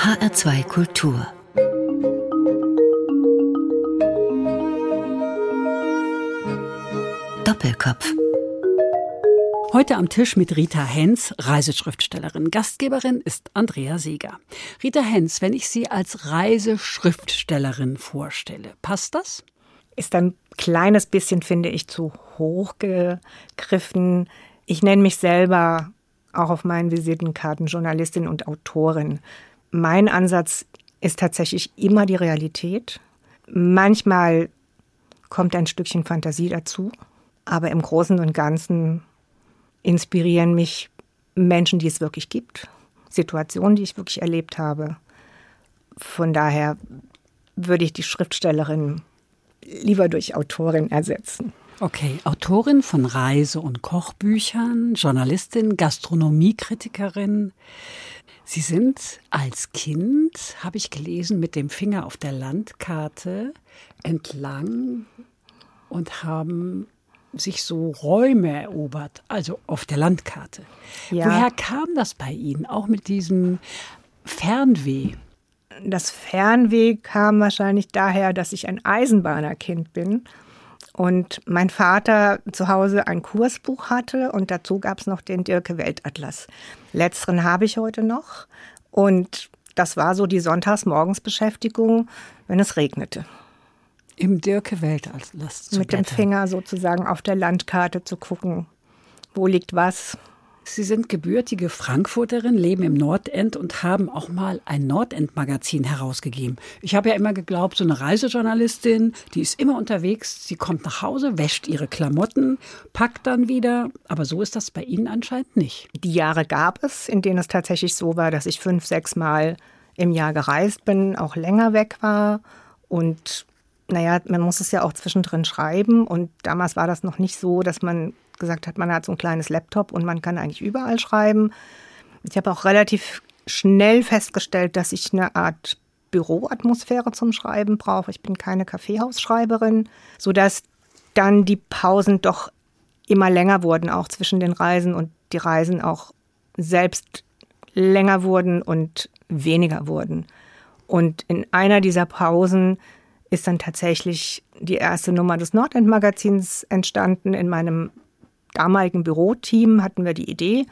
HR2 Kultur. Doppelkopf. Heute am Tisch mit Rita Henz, Reiseschriftstellerin. Gastgeberin ist Andrea Seeger. Rita Henz, wenn ich Sie als Reiseschriftstellerin vorstelle, passt das? Ist ein kleines bisschen, finde ich, zu hoch gegriffen. Ich nenne mich selber auch auf meinen Visitenkarten Journalistin und Autorin. Mein Ansatz ist tatsächlich immer die Realität. Manchmal kommt ein Stückchen Fantasie dazu, aber im Großen und Ganzen inspirieren mich Menschen, die es wirklich gibt, Situationen, die ich wirklich erlebt habe. Von daher würde ich die Schriftstellerin lieber durch Autorin ersetzen. Okay, Autorin von Reise- und Kochbüchern, Journalistin, Gastronomiekritikerin. Sie sind als Kind, habe ich gelesen, mit dem Finger auf der Landkarte entlang und haben sich so Räume erobert, also auf der Landkarte. Ja. Woher kam das bei Ihnen, auch mit diesem Fernweh? Das Fernweh kam wahrscheinlich daher, dass ich ein Eisenbahnerkind bin und mein Vater zu Hause ein Kursbuch hatte und dazu gab es noch den Dirke-Weltatlas. Letzteren habe ich heute noch und das war so die Sonntagsmorgensbeschäftigung, wenn es regnete. Im Dirke-Weltatlas zu mit blättern. Dem Finger sozusagen auf der Landkarte zu gucken, wo liegt was. Sie sind gebürtige Frankfurterin, leben im Nordend und haben auch mal ein Nordend-Magazin herausgegeben. Ich habe ja immer geglaubt, so eine Reisejournalistin, die ist immer unterwegs, sie kommt nach Hause, wäscht ihre Klamotten, packt dann wieder. Aber so ist das bei Ihnen anscheinend nicht. Die Jahre gab es, in denen es tatsächlich so war, dass ich 5, 6 Mal im Jahr gereist bin, auch länger weg war. Und naja, man muss es ja auch zwischendrin schreiben. Und damals war das noch nicht so, dass man gesagt hat, man hat so ein kleines Laptop und man kann eigentlich überall schreiben. Ich habe auch relativ schnell festgestellt, dass ich eine Art Büroatmosphäre zum Schreiben brauche. Ich bin keine Kaffeehausschreiberin, sodass dann die Pausen doch immer länger wurden, auch zwischen den Reisen und die Reisen auch selbst länger wurden und weniger wurden. Und in einer dieser Pausen ist dann tatsächlich die erste Nummer des Nordend-Magazins entstanden. In meinem damaligen Büroteam hatten wir die Idee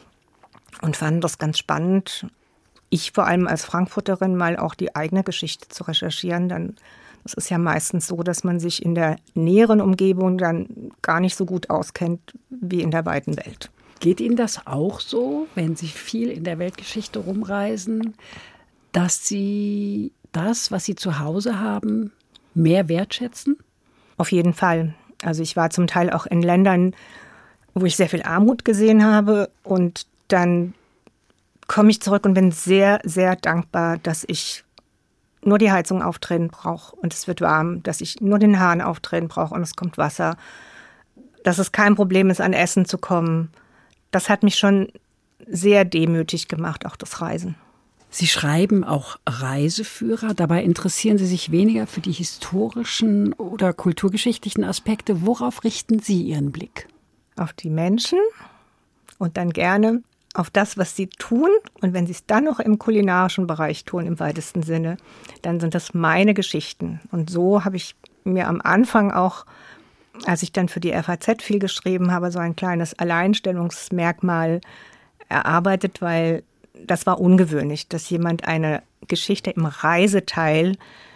und fanden das ganz spannend. Ich vor allem als Frankfurterin mal auch die eigene Geschichte zu recherchieren. Dann, das ist ja meistens so, dass man sich in der näheren Umgebung dann gar nicht so gut auskennt wie in der weiten Welt. Geht Ihnen das auch so, wenn Sie viel in der Weltgeschichte rumreisen, dass Sie das, was Sie zu Hause haben, mehr wertschätzen? Auf jeden Fall. Also ich war zum Teil auch in Ländern, wo ich sehr viel Armut gesehen habe. Und dann komme ich zurück und bin sehr, sehr dankbar, dass ich nur die Heizung aufdrehen brauche und es wird warm, dass ich nur den Hahn aufdrehen brauche und es kommt Wasser. Dass es kein Problem ist, an Essen zu kommen. Das hat mich schon sehr demütig gemacht, auch das Reisen. Sie schreiben auch Reiseführer. Dabei interessieren Sie sich weniger für die historischen oder kulturgeschichtlichen Aspekte. Worauf richten Sie Ihren Blick? Auf die Menschen und dann gerne auf das, was sie tun. Und wenn sie es dann noch im kulinarischen Bereich tun, im weitesten Sinne, dann sind das meine Geschichten. Und so habe ich mir am Anfang auch, als ich dann für die FAZ viel geschrieben habe, so ein kleines Alleinstellungsmerkmal erarbeitet, weil das war ungewöhnlich, dass jemand eine Geschichte im Reiseteil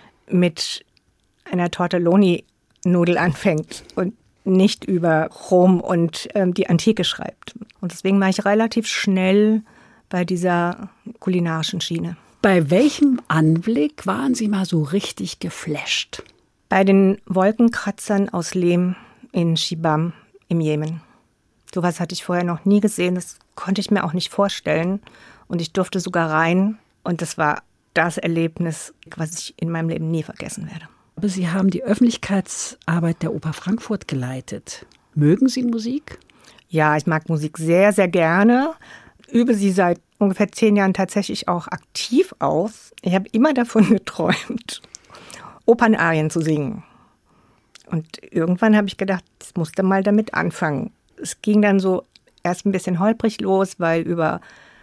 mit einer Tortelloni-Nudel anfängt und nicht über Rom und die Antike schreibt. Und deswegen war ich relativ schnell bei dieser kulinarischen Schiene. Bei welchem Anblick waren Sie mal so richtig geflasht? Bei den Wolkenkratzern aus Lehm in Shibam im Jemen. Sowas hatte ich vorher noch nie gesehen, das konnte ich mir auch nicht vorstellen. Und ich durfte sogar rein und das war das Erlebnis, was ich in meinem Leben nie vergessen werde. Aber Sie haben die Öffentlichkeitsarbeit der Oper Frankfurt geleitet. Mögen Sie Musik? Ja, ich mag Musik sehr, sehr gerne. Übe sie seit ungefähr 10 Jahren tatsächlich auch aktiv aus. Ich habe immer davon geträumt, Opernarien zu singen. Und irgendwann habe ich gedacht, ich musste mal damit anfangen. Es ging dann so erst ein bisschen holprig los, weil über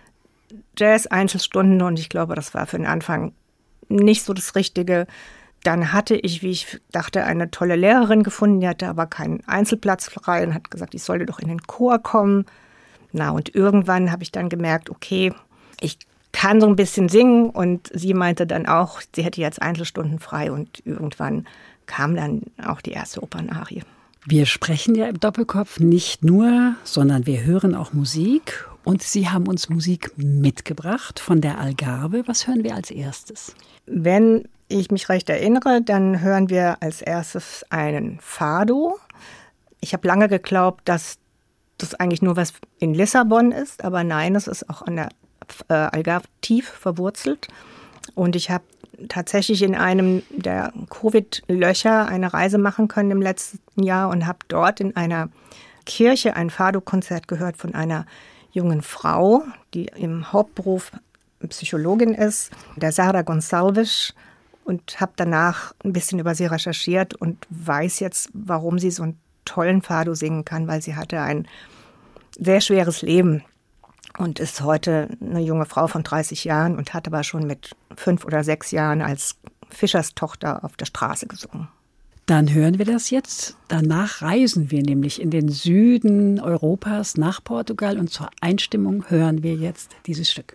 Jazz-Einzelstunden und ich glaube, das war für den Anfang nicht so das Richtige. Dann hatte ich, wie ich dachte, eine tolle Lehrerin gefunden, die hatte aber keinen Einzelplatz frei und hat gesagt, ich sollte doch in den Chor kommen. Na, und irgendwann habe ich dann gemerkt, okay, ich kann so ein bisschen singen und sie meinte dann auch, sie hätte jetzt Einzelstunden frei und irgendwann kam dann auch die erste Opernarie. Wir sprechen ja im Doppelkopf nicht nur, sondern wir hören auch Musik und Sie haben uns Musik mitgebracht von der Algarve. Was hören wir als erstes? Wenn ich mich recht erinnere, dann hören wir als erstes einen Fado. Ich habe lange geglaubt, dass das eigentlich nur was in Lissabon ist, aber nein, es ist auch an der Algarve tief verwurzelt. Und ich habe tatsächlich in einem der Covid-Löcher eine Reise machen können im letzten Jahr und habe dort in einer Kirche ein Fado-Konzert gehört von einer jungen Frau, die im Hauptberuf Psychologin ist, der Sara Gonçalves, und habe danach ein bisschen über sie recherchiert und weiß jetzt, warum sie so einen tollen Fado singen kann, weil sie hatte ein sehr schweres Leben und ist heute eine junge Frau von 30 Jahren und hat aber schon mit 5 oder 6 Jahren als Fischerstochter auf der Straße gesungen. Dann hören wir das jetzt. Danach reisen wir nämlich in den Süden Europas nach Portugal und zur Einstimmung hören wir jetzt dieses Stück.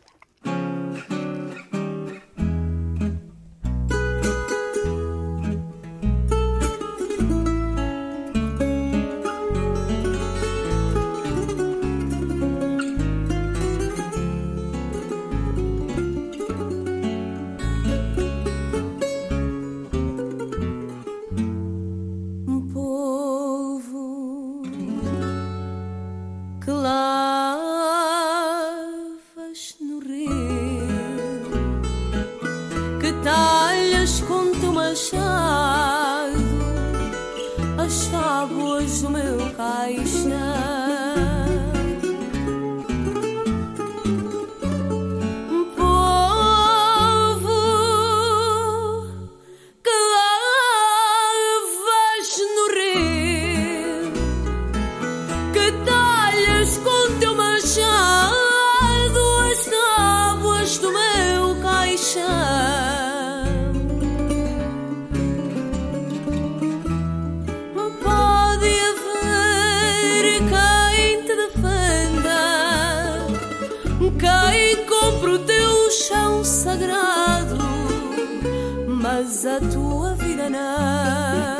mas a tua vida não.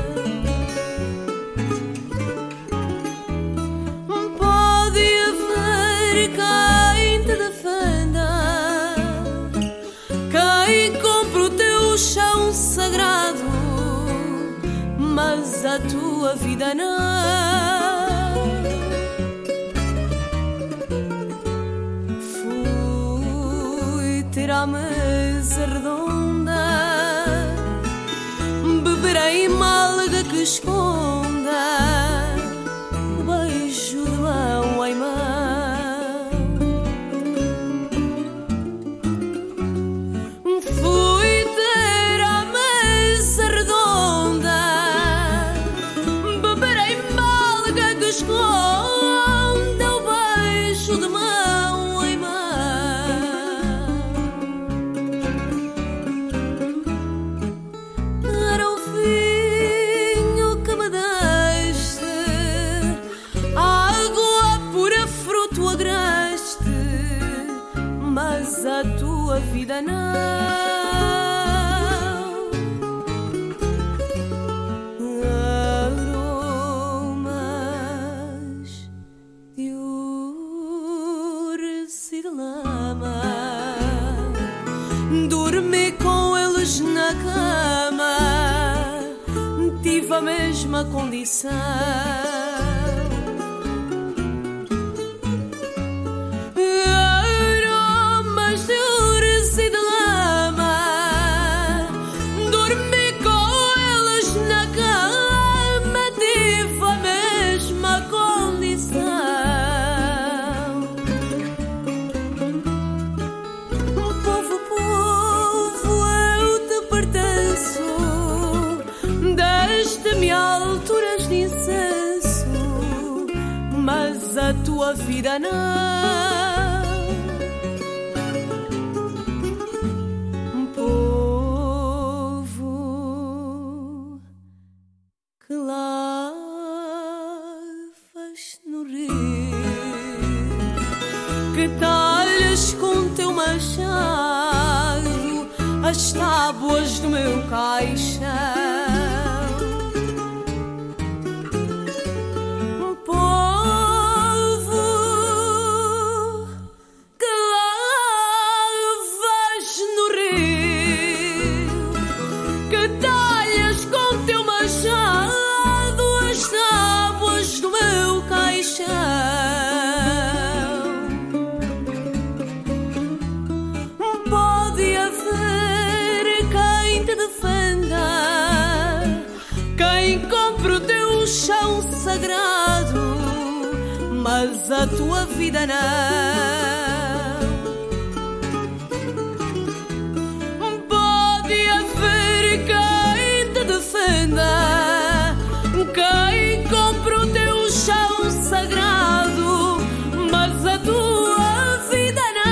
Pode haver quem te defenda, quem compre o teu chão sagrado, mas a tua vida não. Fui ter a mesa redonda, beberei malga que esconda o beijo de mão em mão. Fui ter a mesa redonda, beberei malga que esconda o beijo de mão em mão. Era o vinho que me deste, água pura, fruto agreste, mas a tua vida não. Aromas de urso e de lama, dormi com eles na cama, tive a mesma condição. Aromas de urso e de lama, dormi com eles na cama, tive a mesma condição. Povo, povo, eu te pertenço, deste-me alturas de incenso, mas a tua vida não. talhas com teu machado as tábuas do meu caixão. Povo que lavas no rio, que talhas com teu machado as tábuas do meu caixão. Chão sagrado, mas a tua vida não. Pode haver quem te defenda, quem compra o teu chão sagrado, mas a tua vida não.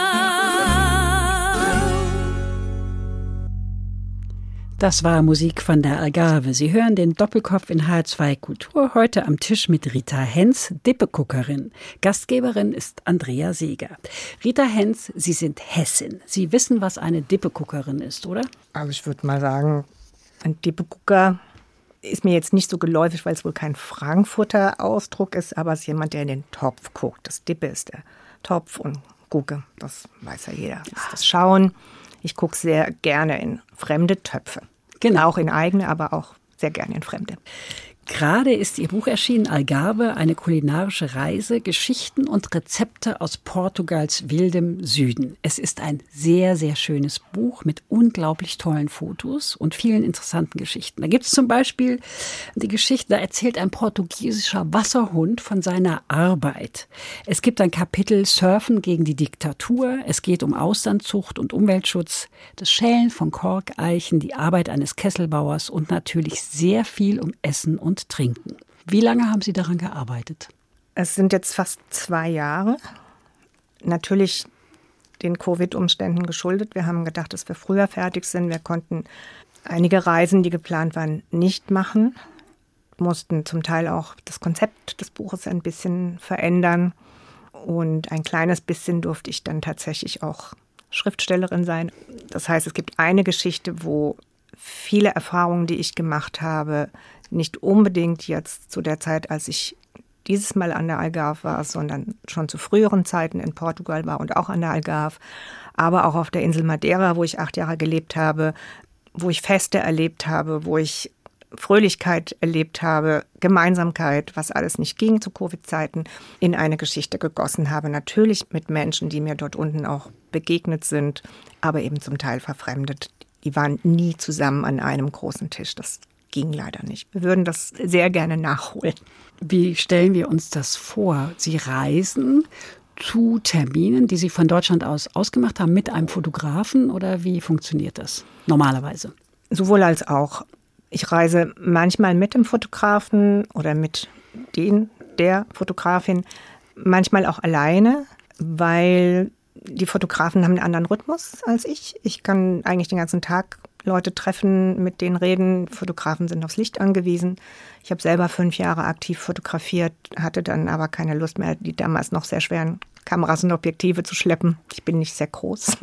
Das war Musik von der Algarve. Sie hören den Doppelkopf in H2 Kultur, heute am Tisch mit Rita Henz, Dippeguckerin. Gastgeberin ist Andrea Seeger. Rita Henz, Sie sind Hessin. Sie wissen, was eine Dippeguckerin ist, oder? Also ich würde mal sagen, ein Dippegucker ist mir jetzt nicht so geläufig, weil es wohl kein Frankfurter Ausdruck ist, aber es ist jemand, der in den Topf guckt. Das Dippe ist der Topf und Gucke, das weiß ja jeder, das ist das Schauen. Ich gucke sehr gerne in fremde Töpfe. Genau. Auch in eigene, aber auch sehr gerne in fremde. Gerade ist Ihr Buch erschienen, Algarve, eine kulinarische Reise, Geschichten und Rezepte aus Portugals wildem Süden. Es ist ein sehr, sehr schönes Buch mit unglaublich tollen Fotos und vielen interessanten Geschichten. Da gibt es zum Beispiel die Geschichte, da erzählt ein portugiesischer Wasserhund von seiner Arbeit. Es gibt ein Kapitel Surfen gegen die Diktatur. Es geht um Austernzucht und Umweltschutz, das Schälen von Korkeichen, die Arbeit eines Kesselbauers und natürlich sehr viel um Essen und Trinken. Wie lange haben Sie daran gearbeitet? Es sind jetzt fast 2 Jahre. Natürlich den Covid-Umständen geschuldet. Wir haben gedacht, dass wir früher fertig sind. Wir konnten einige Reisen, die geplant waren, nicht machen. Mussten zum Teil auch das Konzept des Buches ein bisschen verändern. Und ein kleines bisschen durfte ich dann tatsächlich auch Schriftstellerin sein. Das heißt, es gibt eine Geschichte, wo viele Erfahrungen, die ich gemacht habe, nicht unbedingt jetzt zu der Zeit, als ich dieses Mal an der Algarve war, sondern schon zu früheren Zeiten in Portugal war und auch an der Algarve, aber auch auf der Insel Madeira, wo ich 8 Jahre gelebt habe, wo ich Feste erlebt habe, wo ich Fröhlichkeit erlebt habe, Gemeinsamkeit, was alles nicht ging zu Covid-Zeiten, in eine Geschichte gegossen habe. Natürlich mit Menschen, die mir dort unten auch begegnet sind, aber eben zum Teil verfremdet. Die waren nie zusammen an einem großen Tisch. Das ging leider nicht. Wir würden das sehr gerne nachholen. Wie stellen wir uns das vor? Sie reisen zu Terminen, die Sie von Deutschland aus ausgemacht haben, mit einem Fotografen, oder wie funktioniert das normalerweise? Sowohl als auch. Ich reise manchmal mit dem Fotografen oder mit der Fotografin, manchmal auch alleine, weil die Fotografen haben einen anderen Rhythmus als ich. Ich kann eigentlich den ganzen Tag Leute treffen, mit denen reden. Fotografen sind aufs Licht angewiesen. Ich habe selber 5 Jahre aktiv fotografiert, hatte dann aber keine Lust mehr, die damals noch sehr schweren Kameras und Objektive zu schleppen. Ich bin nicht sehr groß.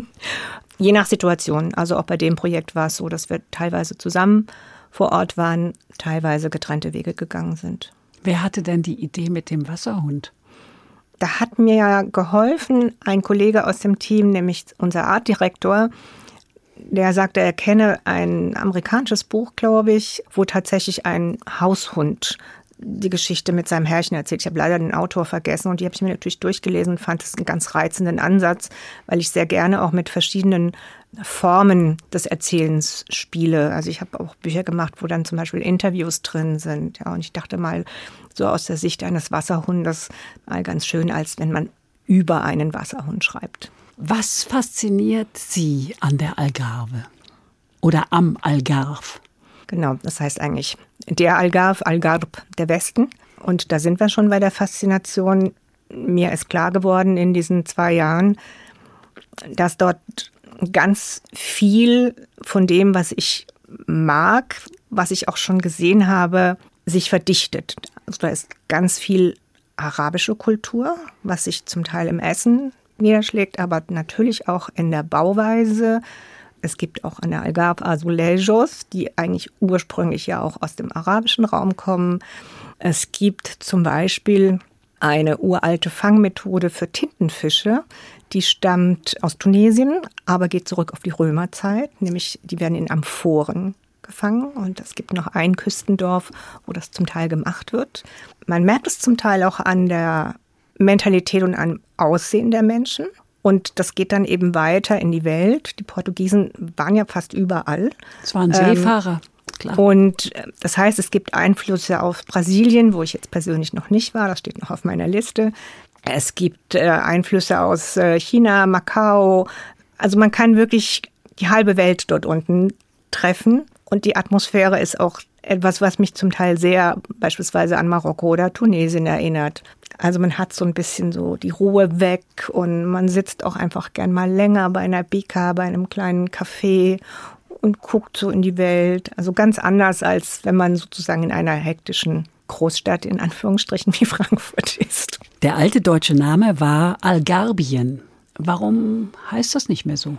Je nach Situation. Also auch bei dem Projekt war es so, dass wir teilweise zusammen vor Ort waren, teilweise getrennte Wege gegangen sind. Wer hatte denn die Idee mit dem Wasserhund? Da hat mir ja geholfen ein Kollege aus dem Team, nämlich unser Artdirektor. Der sagte, er kenne ein amerikanisches Buch, glaube ich, wo tatsächlich ein Haushund die Geschichte mit seinem Herrchen erzählt. Ich habe leider den Autor vergessen und die habe ich mir natürlich durchgelesen und fand es einen ganz reizenden Ansatz, weil ich sehr gerne auch mit verschiedenen Formen des Erzählens spiele. Also ich habe auch Bücher gemacht, wo dann zum Beispiel Interviews drin sind. Ja, und ich dachte mal, so aus der Sicht eines Wasserhundes mal ganz schön, als wenn man über einen Wasserhund schreibt. Was fasziniert Sie an der Algarve oder am Algarve? Genau, das heißt eigentlich der Algarve, Algarve, der Westen. Und da sind wir schon bei der Faszination. Mir ist klar geworden in diesen 2 Jahren, dass dort ganz viel von dem, was ich mag, was ich auch schon gesehen habe, sich verdichtet. Also da ist ganz viel arabische Kultur, was sich zum Teil im Essen niederschlägt, aber natürlich auch in der Bauweise. Es gibt auch an der Algarve Azulejos, die eigentlich ursprünglich ja auch aus dem arabischen Raum kommen. Es gibt zum Beispiel eine uralte Fangmethode für Tintenfische, die stammt aus Tunesien, aber geht zurück auf die Römerzeit, nämlich die werden in Amphoren gefangen und es gibt noch ein Küstendorf, wo das zum Teil gemacht wird. Man merkt es zum Teil auch an der Mentalität und am Aussehen der Menschen und das geht dann eben weiter in die Welt. Die Portugiesen waren ja fast überall. Es waren Seefahrer. Klar. Und das heißt, es gibt Einflüsse auf Brasilien, wo ich jetzt persönlich noch nicht war, das steht noch auf meiner Liste. Es gibt Einflüsse aus China, Macau. Also man kann wirklich die halbe Welt dort unten treffen. Und die Atmosphäre ist auch etwas, was mich zum Teil sehr beispielsweise an Marokko oder Tunesien erinnert. Also man hat so ein bisschen so die Ruhe weg und man sitzt auch einfach gern mal länger bei einer Bika, bei einem kleinen Café und guckt so in die Welt. Also ganz anders, als wenn man sozusagen in einer hektischen Großstadt in Anführungsstrichen wie Frankfurt ist. Der alte deutsche Name war Algarbien. Warum heißt das nicht mehr so?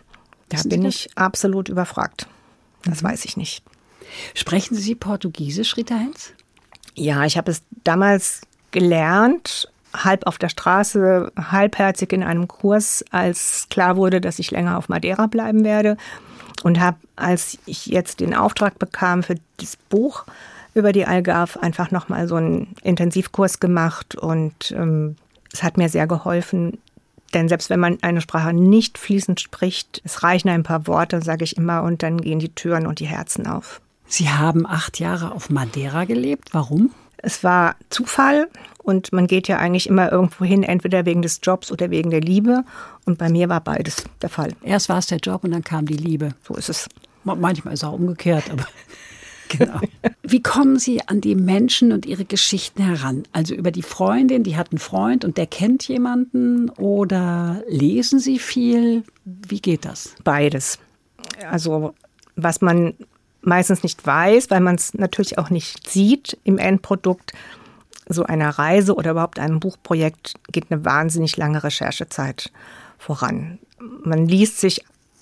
Da bin ich absolut überfragt. Das weiß ich nicht. Sprechen Sie Portugiesisch, Rita Henz? Ja, ich habe es damals gelernt, halb auf der Straße, halbherzig in einem Kurs, als klar wurde, dass ich länger auf Madeira bleiben werde. Und habe, als ich jetzt den Auftrag bekam für das Buch über die Algarve, einfach nochmal so einen Intensivkurs gemacht. Und es hat mir sehr geholfen. Denn selbst wenn man eine Sprache nicht fließend spricht, es reichen ein paar Worte, sage ich immer, und dann gehen die Türen und die Herzen auf. Sie haben 8 Jahre auf Madeira gelebt. Warum? Es war Zufall und man geht ja eigentlich immer irgendwo hin, entweder wegen des Jobs oder wegen der Liebe. Und bei mir war beides der Fall. Erst war es der Job und dann kam die Liebe. So ist es. Manchmal ist es auch umgekehrt, aber genau. Wie kommen Sie an die Menschen und ihre Geschichten heran? Also über die Freundin, die hat einen Freund und der kennt jemanden, oder lesen Sie viel? Wie geht das? Beides. Also was man meistens nicht weiß, weil man es natürlich auch nicht sieht im Endprodukt, so einer Reise oder überhaupt einem Buchprojekt geht eine wahnsinnig lange Recherchezeit voran. Man liest sich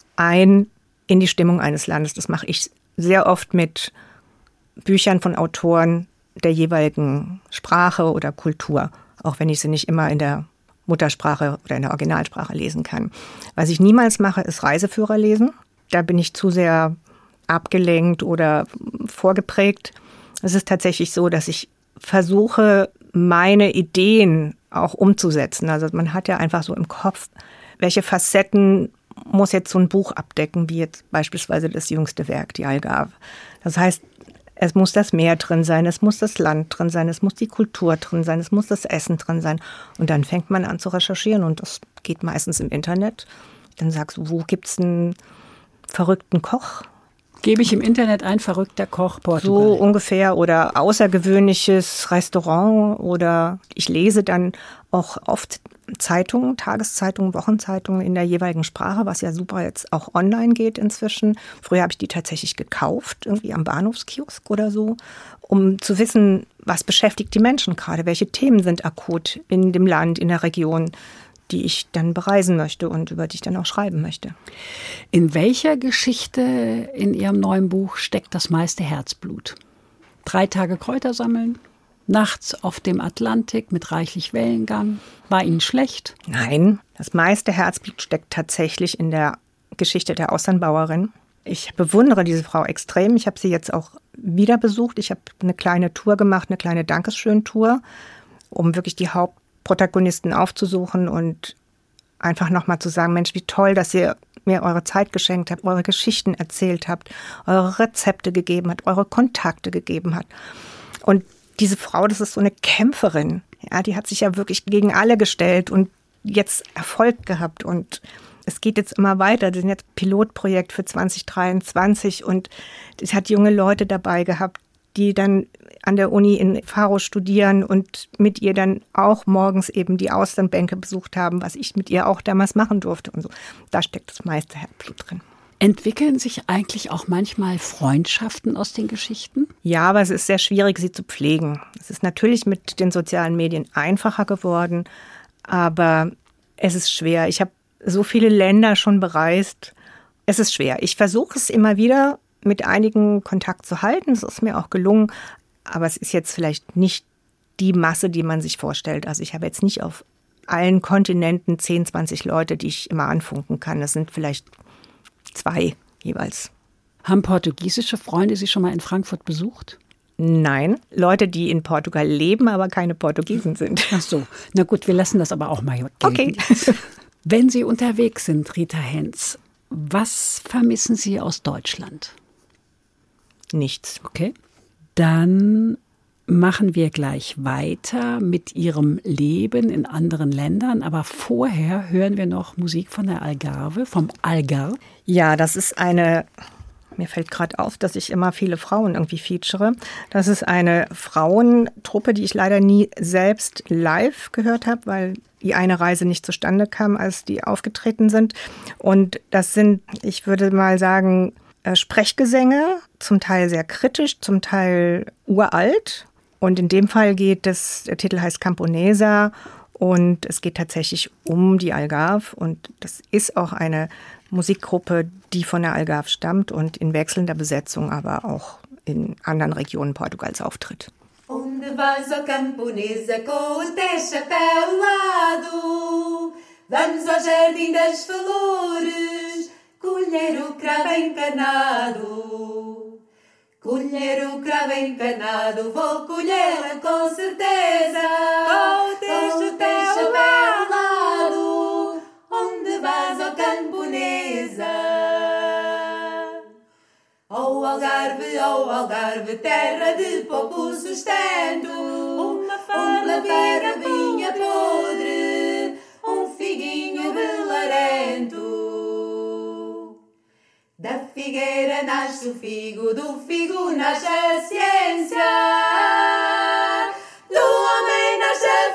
ein in die Stimmung eines Landes. Das mache ich sehr oft mit Büchern von Autoren der jeweiligen Sprache oder Kultur, auch wenn ich sie nicht immer in der Muttersprache oder in der Originalsprache lesen kann. Was ich niemals mache, ist Reiseführer lesen. Da bin ich zu sehr abgelenkt oder vorgeprägt. Es ist tatsächlich so, dass ich versuche, meine Ideen auch umzusetzen. Also man hat ja einfach so im Kopf, welche Facetten muss jetzt so ein Buch abdecken, wie jetzt beispielsweise das jüngste Werk, die Algarve. Das heißt, es muss das Meer drin sein, es muss das Land drin sein, es muss die Kultur drin sein, es muss das Essen drin sein. Und dann fängt man an zu recherchieren und das geht meistens im Internet. Dann sagst du, wo gibt's einen verrückten Koch? Gebe ich im Internet ein, verrückter Koch Portugal. So ungefähr, oder außergewöhnliches Restaurant, oder ich lese dann auch oft Zeitungen, Tageszeitungen, Wochenzeitungen in der jeweiligen Sprache, was ja super jetzt auch online geht inzwischen. Früher habe ich die tatsächlich gekauft, irgendwie am Bahnhofskiosk oder so, um zu wissen, was beschäftigt die Menschen gerade, welche Themen sind akut in dem Land, in der Region, die ich dann bereisen möchte und über die ich dann auch schreiben möchte. In welcher Geschichte in Ihrem neuen Buch steckt das meiste Herzblut? 3 Tage Kräuter sammeln? Nachts auf dem Atlantik mit reichlich Wellengang? War Ihnen schlecht? Nein, das meiste Herzblut steckt tatsächlich in der Geschichte der Austernbauerin. Ich bewundere diese Frau extrem. Ich habe sie jetzt auch wieder besucht. Ich habe eine kleine Tour gemacht, eine kleine Dankeschön-Tour, um wirklich die Hauptprotagonisten aufzusuchen und einfach nochmal zu sagen, Mensch, wie toll, dass ihr mir eure Zeit geschenkt habt, eure Geschichten erzählt habt, eure Rezepte gegeben habt, eure Kontakte gegeben habt. Und diese Frau, das ist so eine Kämpferin. Ja, die hat sich ja wirklich gegen alle gestellt und jetzt Erfolg gehabt. Und es geht jetzt immer weiter. Das ist jetzt Pilotprojekt für 2023 und es hat junge Leute dabei gehabt, die dann an der Uni in Faro studieren und mit ihr dann auch morgens eben die Austernbänke besucht haben, was ich mit ihr auch damals machen durfte und so. Da steckt das meiste Herzblut drin. Entwickeln sich eigentlich auch manchmal Freundschaften aus den Geschichten? Ja, aber es ist sehr schwierig, sie zu pflegen. Es ist natürlich mit den sozialen Medien einfacher geworden, aber Es ist schwer. Ich habe so viele Länder schon bereist. Es ist schwer. Ich versuche es immer wieder mit einigen Kontakt zu halten. Es ist mir auch gelungen. Aber es ist jetzt vielleicht nicht die Masse, die man sich vorstellt. Also ich habe jetzt nicht auf allen Kontinenten 10, 20 Leute, die ich immer anfunken kann. Das sind vielleicht 2 jeweils. Haben portugiesische Freunde Sie schon mal in Frankfurt besucht? Nein, Leute, die in Portugal leben, aber keine Portugiesen sind. Ach so, na gut, wir lassen das aber auch mal gelten. Okay. Wenn Sie unterwegs sind, Rita Henz, was vermissen Sie aus Deutschland? Nichts. Okay. Dann machen wir gleich weiter mit Ihrem Leben in anderen Ländern. Aber vorher hören wir noch Musik von der Algarve, vom Algarve. Ja, das ist mir fällt gerade auf, dass ich immer viele Frauen irgendwie feature. Das ist eine Frauentruppe, die ich leider nie selbst live gehört habe, weil die eine Reise nicht zustande kam, als die aufgetreten sind. Und das sind, ich würde mal sagen, Sprechgesänge, zum Teil sehr kritisch, zum Teil uralt. Und in dem Fall der Titel heißt Camponesa und es geht tatsächlich um die Algarve. Und das ist auch eine Musikgruppe, die von der Algarve stammt und in wechselnder Besetzung aber auch in anderen Regionen Portugals auftritt. Onde vais, ó camponesa, com o teu chapéu ao lado? Vamos ao jardim das flores, colher o cravo encanado. Colher o cravo encanado, vou colhê-la com certeza. Com o teu chapéu ao lado, onde vais, ó camponesa? Ó Algarve, terra de pouco sustento, uma farinha podre, figuinho belarento. Da figueira nasce o figo, do figo nasce a ciência, do homem nasce a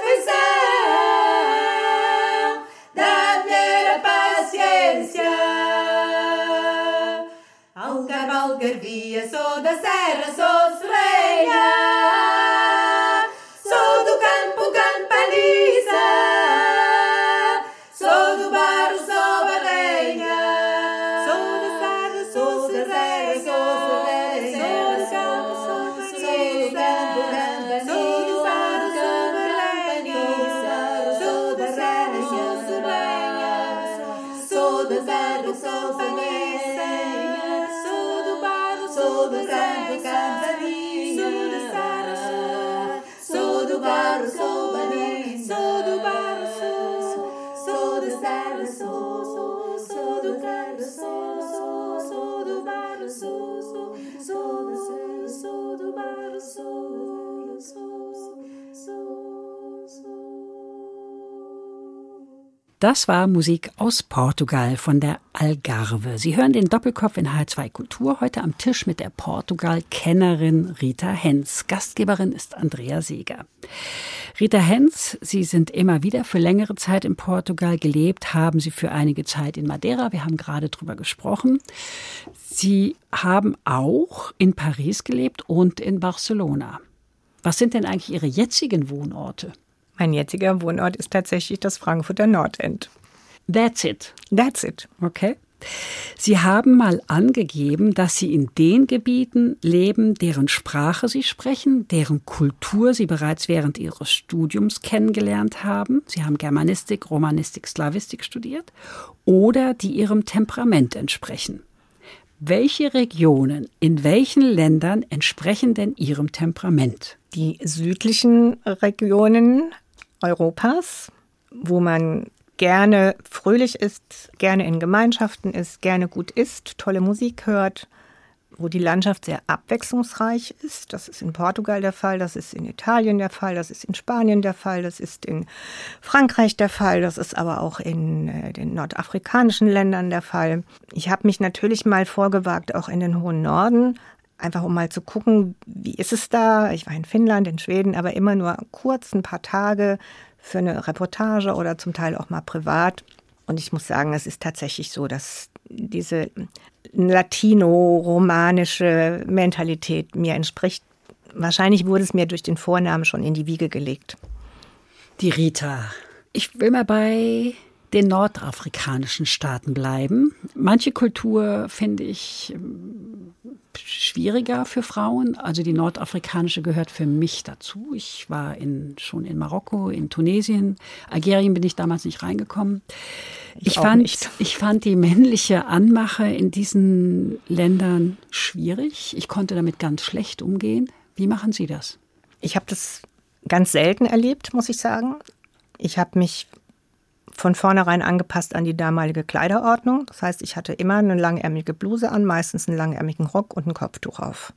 afeição, da mulher a paciência. Algarvia, sou da serra, sou serreia, sou do campo, campaniça, sou do barro, sou barreira, sou da serra, sou serreira, sou do campo, sou campaniça, sou da serra, sou serreira, sou da serra, sou campaniça. Sou do campo, campaninha. Sou do barro, sou baninha. Sou do barro, sou da serra, sou do campo, sou do barro, sou da serra, sou do barro, Das war Musik aus Portugal von der Algarve. Sie hören den Doppelkopf in H2 Kultur, heute am Tisch mit der Portugal-Kennerin Rita Henz. Gastgeberin ist Andrea Seeger. Rita Henz, Sie sind immer wieder für längere Zeit in Portugal gelebt, haben Sie für einige Zeit in Madeira, wir haben gerade drüber gesprochen. Sie haben auch in Paris gelebt und in Barcelona. Was sind denn eigentlich Ihre jetzigen Wohnorte? Mein jetziger Wohnort ist tatsächlich das Frankfurter Nordend. That's it. That's it. Okay. Sie haben mal angegeben, dass Sie in den Gebieten leben, deren Sprache Sie sprechen, deren Kultur Sie bereits während Ihres Studiums kennengelernt haben. Sie haben Germanistik, Romanistik, Slawistik studiert oder die Ihrem Temperament entsprechen. Welche Regionen in welchen Ländern entsprechen denn Ihrem Temperament? Die südlichen Regionen Europas, wo man gerne fröhlich ist, gerne in Gemeinschaften ist, gerne gut isst, tolle Musik hört, wo die Landschaft sehr abwechslungsreich ist. Das ist in Portugal der Fall, das ist in Italien der Fall, das ist in Spanien der Fall, das ist in Frankreich der Fall, das ist aber auch in den nordafrikanischen Ländern der Fall. Ich habe mich natürlich mal vorgewagt, auch in den hohen Norden, einfach um mal zu gucken, wie ist es da? Ich war in Finnland, in Schweden, aber immer nur kurz, ein paar Tage für eine Reportage oder zum Teil auch mal privat. Und ich muss sagen, es ist tatsächlich so, dass diese latino-romanische Mentalität mir entspricht. Wahrscheinlich wurde es mir durch den Vornamen schon in die Wiege gelegt. Die Rita. Ich will mal bei den nordafrikanischen Staaten bleiben. Manche Kultur finde ich schwieriger für Frauen. Also die nordafrikanische gehört für mich dazu. Ich war schon in Marokko, in Tunesien. Algerien bin ich damals nicht reingekommen. Ich fand die männliche Anmache in diesen Ländern schwierig. Ich konnte damit ganz schlecht umgehen. Wie machen Sie das? Ich habe das ganz selten erlebt, muss ich sagen. Ich habe mich von vornherein angepasst an die damalige Kleiderordnung. Das heißt, ich hatte immer eine langärmelige Bluse an, meistens einen langärmeligen Rock und ein Kopftuch auf.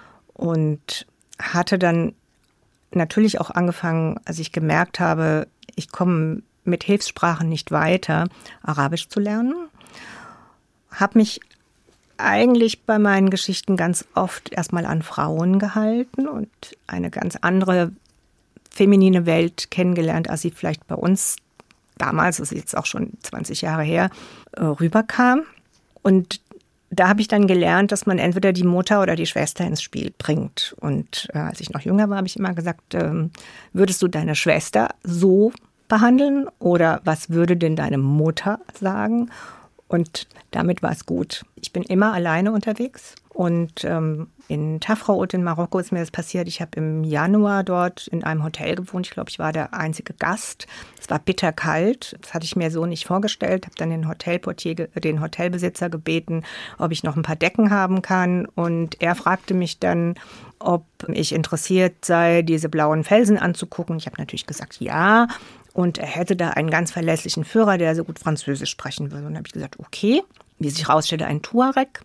Und hatte dann natürlich auch angefangen, als ich gemerkt habe, ich komme mit Hilfssprachen nicht weiter, Arabisch zu lernen. Habe mich eigentlich bei meinen Geschichten ganz oft erstmal an Frauen gehalten und eine ganz andere feminine Welt kennengelernt, als sie vielleicht bei uns damals, das ist jetzt auch schon 20 Jahre her, rüberkam. Und da habe ich dann gelernt, dass man entweder die Mutter oder die Schwester ins Spiel bringt. Und als ich noch jünger war, habe ich immer gesagt, würdest du deine Schwester so behandeln oder was würde denn deine Mutter sagen? Und damit war es gut. Ich bin immer alleine unterwegs und in Tafraout in Marokko ist mir das passiert. Ich habe im Januar dort in einem Hotel gewohnt. Ich glaube, ich war der einzige Gast. Es war bitterkalt. Das hatte ich mir so nicht vorgestellt. Habe dann den Hotelbesitzer gebeten, ob ich noch ein paar Decken haben kann. Und er fragte mich dann, ob ich interessiert sei, diese blauen Felsen anzugucken. Ich habe natürlich gesagt, ja. Und er hätte da einen ganz verlässlichen Führer, der so gut Französisch sprechen würde. Und dann habe ich gesagt, okay, wie sich herausstellte, ein Tuareg.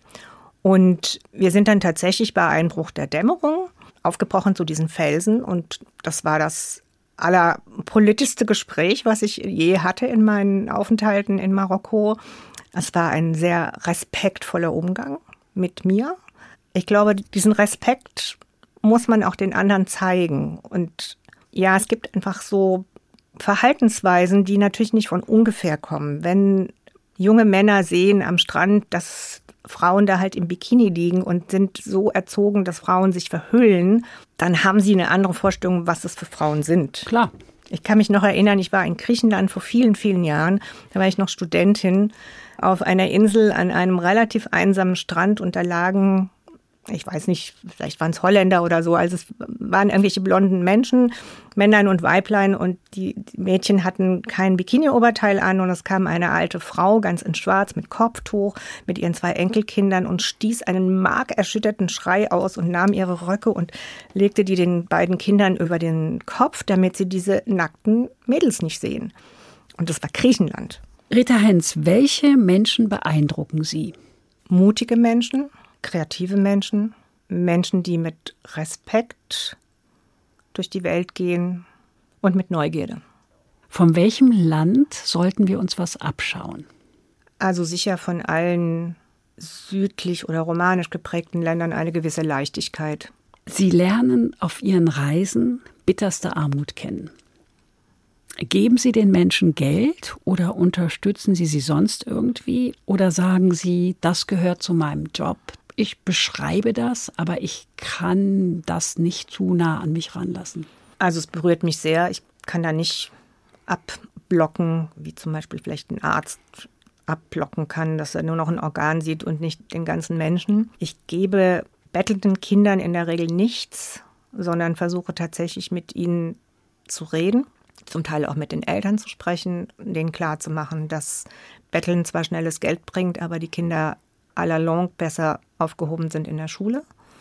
Und wir sind dann tatsächlich bei Einbruch der Dämmerung aufgebrochen zu diesen Felsen. Und das war das allerpolitischste Gespräch, was ich je hatte in meinen Aufenthalten in Marokko. Es war ein sehr respektvoller Umgang mit mir. Ich glaube, diesen Respekt muss man auch den anderen zeigen. Und ja, es gibt einfach so Verhaltensweisen, die natürlich nicht von ungefähr kommen. Wenn junge Männer sehen am Strand, dass Frauen da halt im Bikini liegen und sind so erzogen, dass Frauen sich verhüllen, dann haben sie eine andere Vorstellung, was das für Frauen sind. Klar. Ich kann mich noch erinnern, ich war in Griechenland vor vielen, vielen Jahren. Da war ich noch Studentin auf einer Insel an einem relativ einsamen Strand und da lagen, ich weiß nicht, vielleicht waren es Holländer oder so, also es waren irgendwelche blonden Menschen, Männlein und Weiblein und die Mädchen hatten kein Bikini-Oberteil an und es kam eine alte Frau, ganz in schwarz, mit Kopftuch, mit ihren 2 Enkelkindern und stieß einen markerschütterten Schrei aus und nahm ihre Röcke und legte die den beiden Kindern über den Kopf, damit sie diese nackten Mädels nicht sehen. Und das war Griechenland. Rita Henz, welche Menschen beeindrucken Sie? Mutige Menschen, kreative Menschen, Menschen, die mit Respekt durch die Welt gehen und mit Neugierde. Von welchem Land sollten wir uns was abschauen? Also sicher von allen südlich oder romanisch geprägten Ländern eine gewisse Leichtigkeit. Sie lernen auf Ihren Reisen bitterste Armut kennen. Geben Sie den Menschen Geld oder unterstützen Sie sie sonst irgendwie? Oder sagen Sie, das gehört zu meinem Job? Ich beschreibe das, aber ich kann das nicht zu nah an mich ranlassen. Also es berührt mich sehr. Ich kann da nicht abblocken, wie zum Beispiel vielleicht ein Arzt abblocken kann, dass er nur noch ein Organ sieht und nicht den ganzen Menschen. Ich gebe bettelnden Kindern in der Regel nichts, sondern versuche tatsächlich mit ihnen zu reden, zum Teil auch mit den Eltern zu sprechen, denen klarzumachen, dass Betteln zwar schnelles Geld bringt, aber die Kinder à la longue besser aufgehoben sind in der Schule,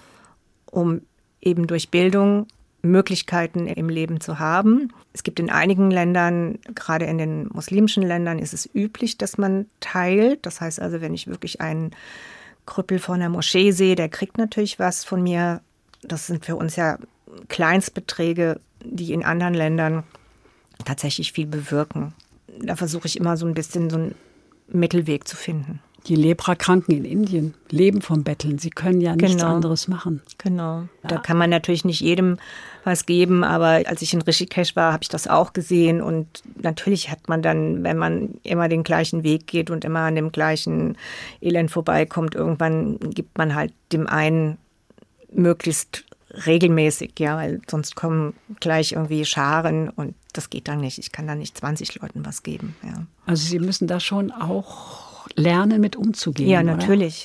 um eben durch Bildung Möglichkeiten im Leben zu haben. Es gibt in einigen Ländern, gerade in den muslimischen Ländern, ist es üblich, dass man teilt. Das heißt also, wenn ich wirklich einen Krüppel vor einer Moschee sehe, der kriegt natürlich was von mir. Das sind für uns ja Kleinstbeträge, die in anderen Ländern tatsächlich viel bewirken. Da versuche ich immer so ein bisschen so einen Mittelweg zu finden. Die Leprakranken in Indien leben vom Betteln. Sie können ja nichts anderes machen. Genau. Ja. Da kann man natürlich nicht jedem was geben, aber als ich in Rishikesh war, habe ich das auch gesehen. Und natürlich hat man dann, wenn man immer den gleichen Weg geht und immer an dem gleichen Elend vorbeikommt, irgendwann gibt man halt dem einen möglichst regelmäßig, ja, weil sonst kommen gleich irgendwie Scharen und das geht dann nicht. Ich kann dann nicht 20 Leuten was geben. Ja. Also Sie müssen da schon auch lernen, mit umzugehen. Ja, oder? natürlich.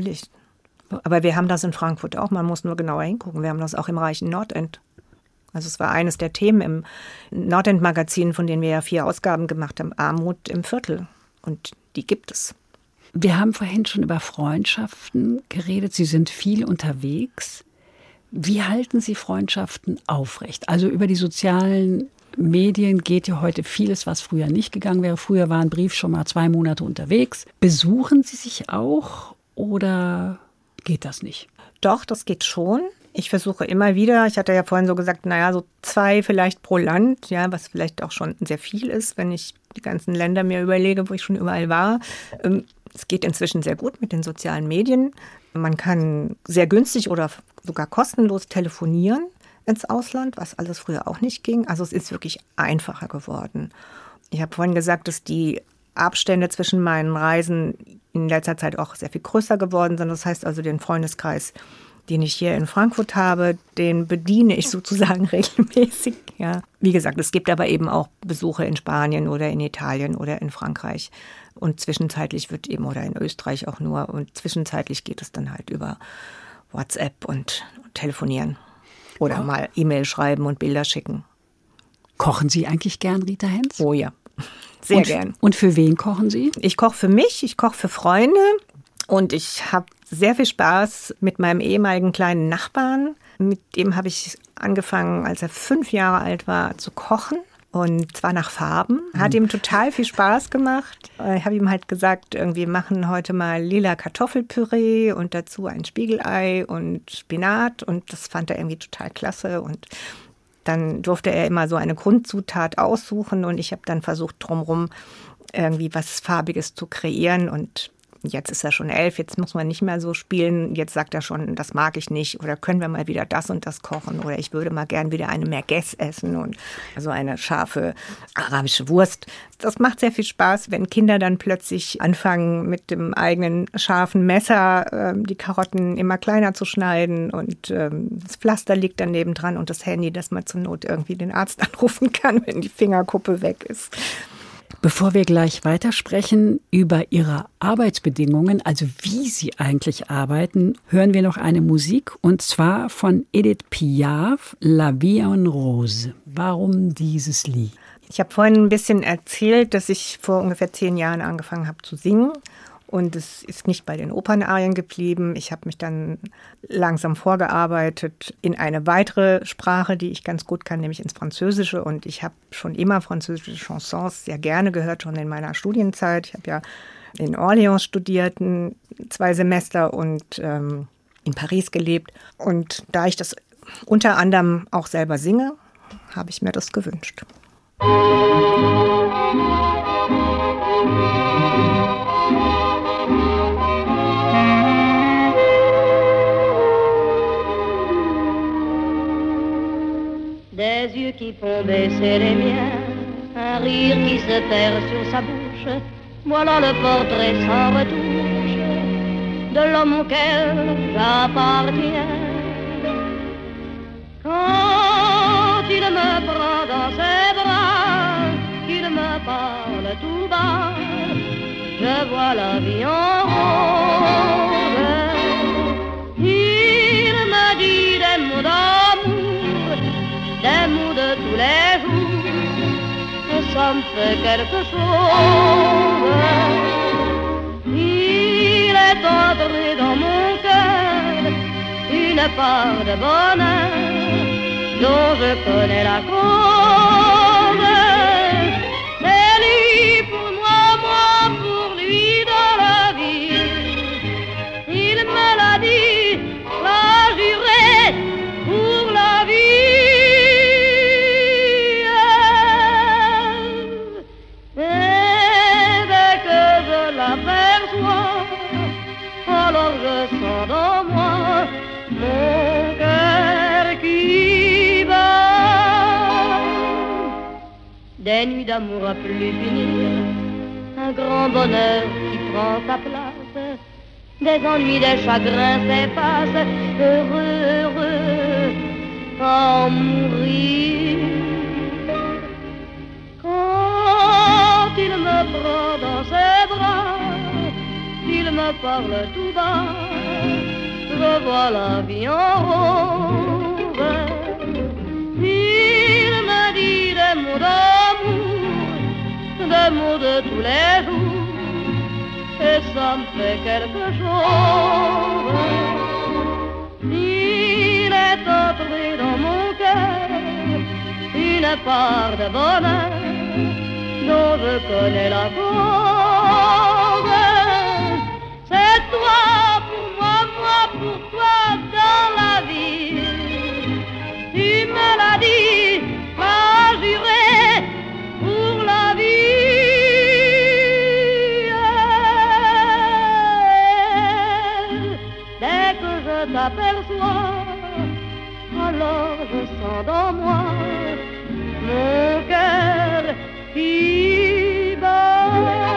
Aber wir haben das in Frankfurt auch, man muss nur genauer hingucken. Wir haben das auch im reichen Nordend. Also es war eines der Themen im Nordend-Magazin, von denen wir ja 4 Ausgaben gemacht haben, Armut im Viertel. Und die gibt es. Wir haben vorhin schon über Freundschaften geredet. Sie sind viel unterwegs. Wie halten Sie Freundschaften aufrecht? Also über die sozialen Medien geht ja heute vieles, was früher nicht gegangen wäre. Früher war ein Brief schon mal 2 Monate unterwegs. Besuchen Sie sich auch oder geht das nicht? Doch, das geht schon. Ich versuche immer wieder, ich hatte ja vorhin so gesagt, so 2 vielleicht pro Land, ja, was vielleicht auch schon sehr viel ist, wenn ich die ganzen Länder mir überlege, wo ich schon überall war. Es geht inzwischen sehr gut mit den sozialen Medien. Man kann sehr günstig oder sogar kostenlos telefonieren ins Ausland, was alles früher auch nicht ging. Also es ist wirklich einfacher geworden. Ich habe vorhin gesagt, dass die Abstände zwischen meinen Reisen in letzter Zeit auch sehr viel größer geworden sind. Das heißt also, den Freundeskreis, den ich hier in Frankfurt habe, den bediene ich sozusagen regelmäßig. Ja. Wie gesagt, es gibt aber eben auch Besuche in Spanien oder in Italien oder in Frankreich. Und zwischenzeitlich wird eben, oder in Österreich auch nur, und zwischenzeitlich geht es dann halt über WhatsApp und telefonieren. Oder mal E-Mail schreiben und Bilder schicken. Kochen Sie eigentlich gern, Rita Henz? Oh ja, sehr gern. Und für wen kochen Sie? Ich koche für mich, ich koche für Freunde und ich habe sehr viel Spaß mit meinem ehemaligen kleinen Nachbarn. Mit dem habe ich angefangen, als er 5 Jahre alt war, zu kochen. Und zwar nach Farben. Hat ihm total viel Spaß gemacht. Ich habe ihm halt gesagt, wir machen heute mal lila Kartoffelpüree und dazu ein Spiegelei und Spinat. Und das fand er irgendwie total klasse. Und dann durfte er immer so eine Grundzutat aussuchen. Und ich habe dann versucht, drumherum irgendwie was Farbiges zu kreieren. Und jetzt ist er schon 11, jetzt muss man nicht mehr so spielen. Jetzt sagt er schon, das mag ich nicht. Oder können wir mal wieder das und das kochen. Oder ich würde mal gern wieder eine Merguez essen. Und also eine scharfe arabische Wurst. Das macht sehr viel Spaß, wenn Kinder dann plötzlich anfangen, mit dem eigenen scharfen Messer die Karotten immer kleiner zu schneiden. Und das Pflaster liegt dann nebendran und das Handy, dass man zur Not irgendwie den Arzt anrufen kann, wenn die Fingerkuppe weg ist. Bevor wir gleich weitersprechen über Ihre Arbeitsbedingungen, also wie Sie eigentlich arbeiten, hören wir noch eine Musik und zwar von Edith Piaf, La Vie en Rose. Warum dieses Lied? Ich habe vorhin ein bisschen erzählt, dass ich vor ungefähr 10 Jahren angefangen habe zu singen. Und es ist nicht bei den Opernarien geblieben. Ich habe mich dann langsam vorgearbeitet in eine weitere Sprache, die ich ganz gut kann, nämlich ins Französische. Und ich habe schon immer französische Chansons sehr gerne gehört, schon in meiner Studienzeit. Ich habe ja in Orléans studiert, 2 Semester und in Paris gelebt. Und da ich das unter anderem auch selber singe, habe ich mir das gewünscht. Des yeux qui font baisser les miens, un rire qui se perd sur sa bouche, voilà le portrait sans retouche de l'homme auquel j'appartiens. Quand il me prend dans ses bras, qu'il me parle tout bas, je vois la vie en rose. Il me dit des mots d'amour, des mots de tous les jours, et ça me fait quelque chose. Il est entré dans mon cœur une part de bonheur dont je connais la cause. C'est lui pour moi, moi pour lui dans la vie. Il me l'a dit, l'a juré pour la vie. Et dès que je l'aperçois, alors je sens dans moi mon cœur qui bat. Des nuits d'amour à plus finir, un grand bonheur qui prend sa place, des ennuis, des chagrins s'effacent, heureux, heureux, à en mourir. Quand il me prend dans ses bras, il me parle tout bas, je vois la vie en rose. Il me dit des mots d'amour, des mots de tous les jours, et ça me fait quelque chose. Il est entré dans mon cœur une part de bonheur dont je connais la cause. C'est toi pour moi, moi pour toi dans la vie. Tu me l'as dit, m'as juré pour la vie. Dès que je t'aperçois, alors je sens dans moi mon cœur qui bat.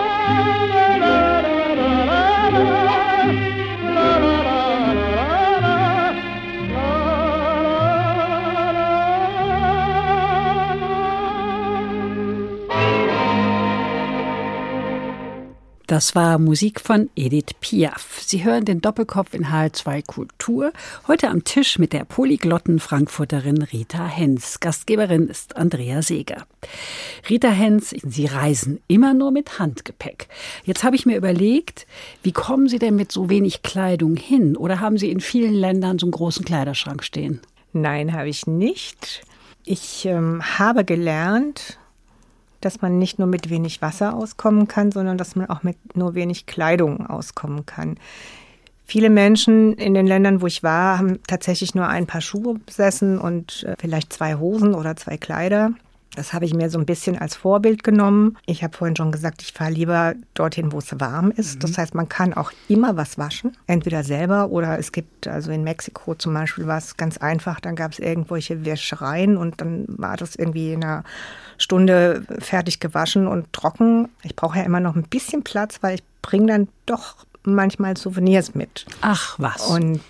Das war Musik von Edith Piaf. Sie hören den Doppelkopf in HR2 Kultur. Heute am Tisch mit der polyglotten Frankfurterin Rita Henz. Gastgeberin ist Andrea Seeger. Rita Henz, Sie reisen immer nur mit Handgepäck. Jetzt habe ich mir überlegt, wie kommen Sie denn mit so wenig Kleidung hin? Oder haben Sie in vielen Ländern so einen großen Kleiderschrank stehen? Nein, habe ich nicht. Ich habe gelernt, dass man nicht nur mit wenig Wasser auskommen kann, sondern dass man auch mit nur wenig Kleidung auskommen kann. Viele Menschen in den Ländern, wo ich war, haben tatsächlich nur ein paar Schuhe besessen und vielleicht 2 Hosen oder 2 Kleider. Das habe ich mir so ein bisschen als Vorbild genommen. Ich habe vorhin schon gesagt, ich fahre lieber dorthin, wo es warm ist. Das heißt, man kann auch immer was waschen, entweder selber oder es gibt, also in Mexiko zum Beispiel war es ganz einfach, dann gab es irgendwelche Wäschereien und dann war das irgendwie in einer Stunde fertig gewaschen und trocken. Ich brauche ja immer noch ein bisschen Platz, weil ich bringe dann doch manchmal Souvenirs mit. Ach was. Und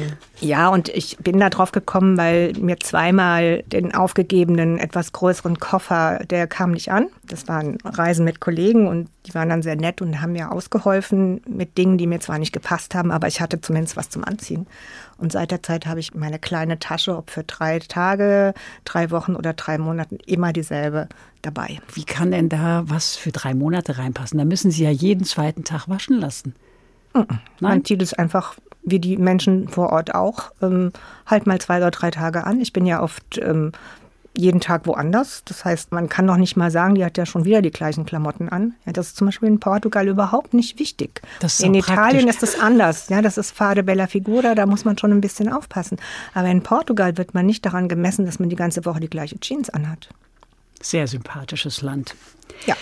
und ich bin da drauf gekommen, weil mir zweimal den aufgegebenen, etwas größeren Koffer, der kam nicht an. Das waren Reisen mit Kollegen und die waren dann sehr nett und haben mir ausgeholfen mit Dingen, die mir zwar nicht gepasst haben, aber ich hatte zumindest was zum Anziehen. Und seit der Zeit habe ich meine kleine Tasche, ob für 3 Tage, 3 Wochen oder 3 Monate, immer dieselbe dabei. Wie kann denn da was für 3 Monate reinpassen? Da müssen Sie ja jeden 2. Tag waschen lassen. Man zieht es einfach, wie die Menschen vor Ort auch, halt mal 2 oder 3 Tage an. Ich bin ja oft jeden Tag woanders. Das heißt, man kann noch nicht mal sagen, die hat ja schon wieder die gleichen Klamotten an. Ja, das ist zum Beispiel in Portugal überhaupt nicht wichtig. In Italien ist das anders. Ja, das ist Fade Bella Figura, da muss man schon ein bisschen aufpassen. Aber in Portugal wird man nicht daran gemessen, dass man die ganze Woche die gleiche Jeans anhat. Sehr sympathisches Land. Ja.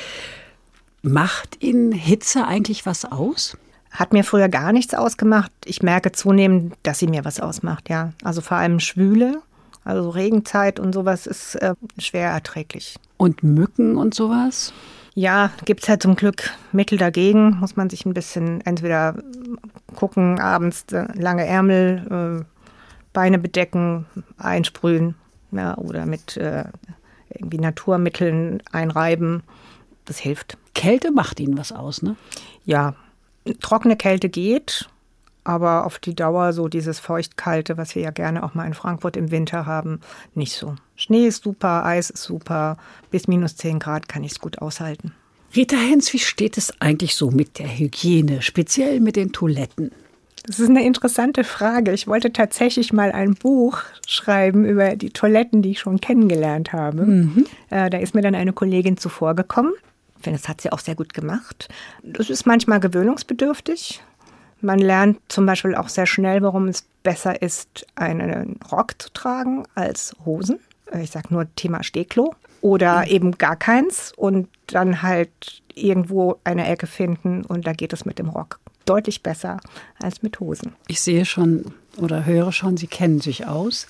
Macht Ihnen Hitze eigentlich was aus? Hat mir früher gar nichts ausgemacht. Ich merke zunehmend, dass sie mir was ausmacht, ja. Also vor allem Schwüle, also Regenzeit und sowas ist schwer erträglich. Und Mücken und sowas? Ja, gibt es halt zum Glück Mittel dagegen. Muss man sich ein bisschen entweder gucken, abends lange Ärmel, Beine bedecken, einsprühen, ja, oder mit irgendwie Naturmitteln einreiben. Das hilft. Kälte macht Ihnen was aus, ne? Ja. Trockene Kälte geht, aber auf die Dauer so dieses Feuchtkalte, was wir ja gerne auch mal in Frankfurt im Winter haben, nicht so. Schnee ist super, Eis ist super, bis -10 Grad kann ich es gut aushalten. Rita Henz, wie steht es eigentlich so mit der Hygiene, speziell mit den Toiletten? Das ist eine interessante Frage. Ich wollte tatsächlich mal ein Buch schreiben über die Toiletten, die ich schon kennengelernt habe. Da ist mir dann eine Kollegin zuvorgekommen. Ich finde, das hat sie auch sehr gut gemacht. Das ist manchmal gewöhnungsbedürftig. Man lernt zum Beispiel auch sehr schnell, warum es besser ist, einen Rock zu tragen als Hosen. Ich sage nur Thema Stehklo. Oder eben gar keins und dann halt irgendwo eine Ecke finden und da geht es mit dem Rock deutlich besser als mit Hosen. Ich sehe schon oder höre schon, Sie kennen sich aus.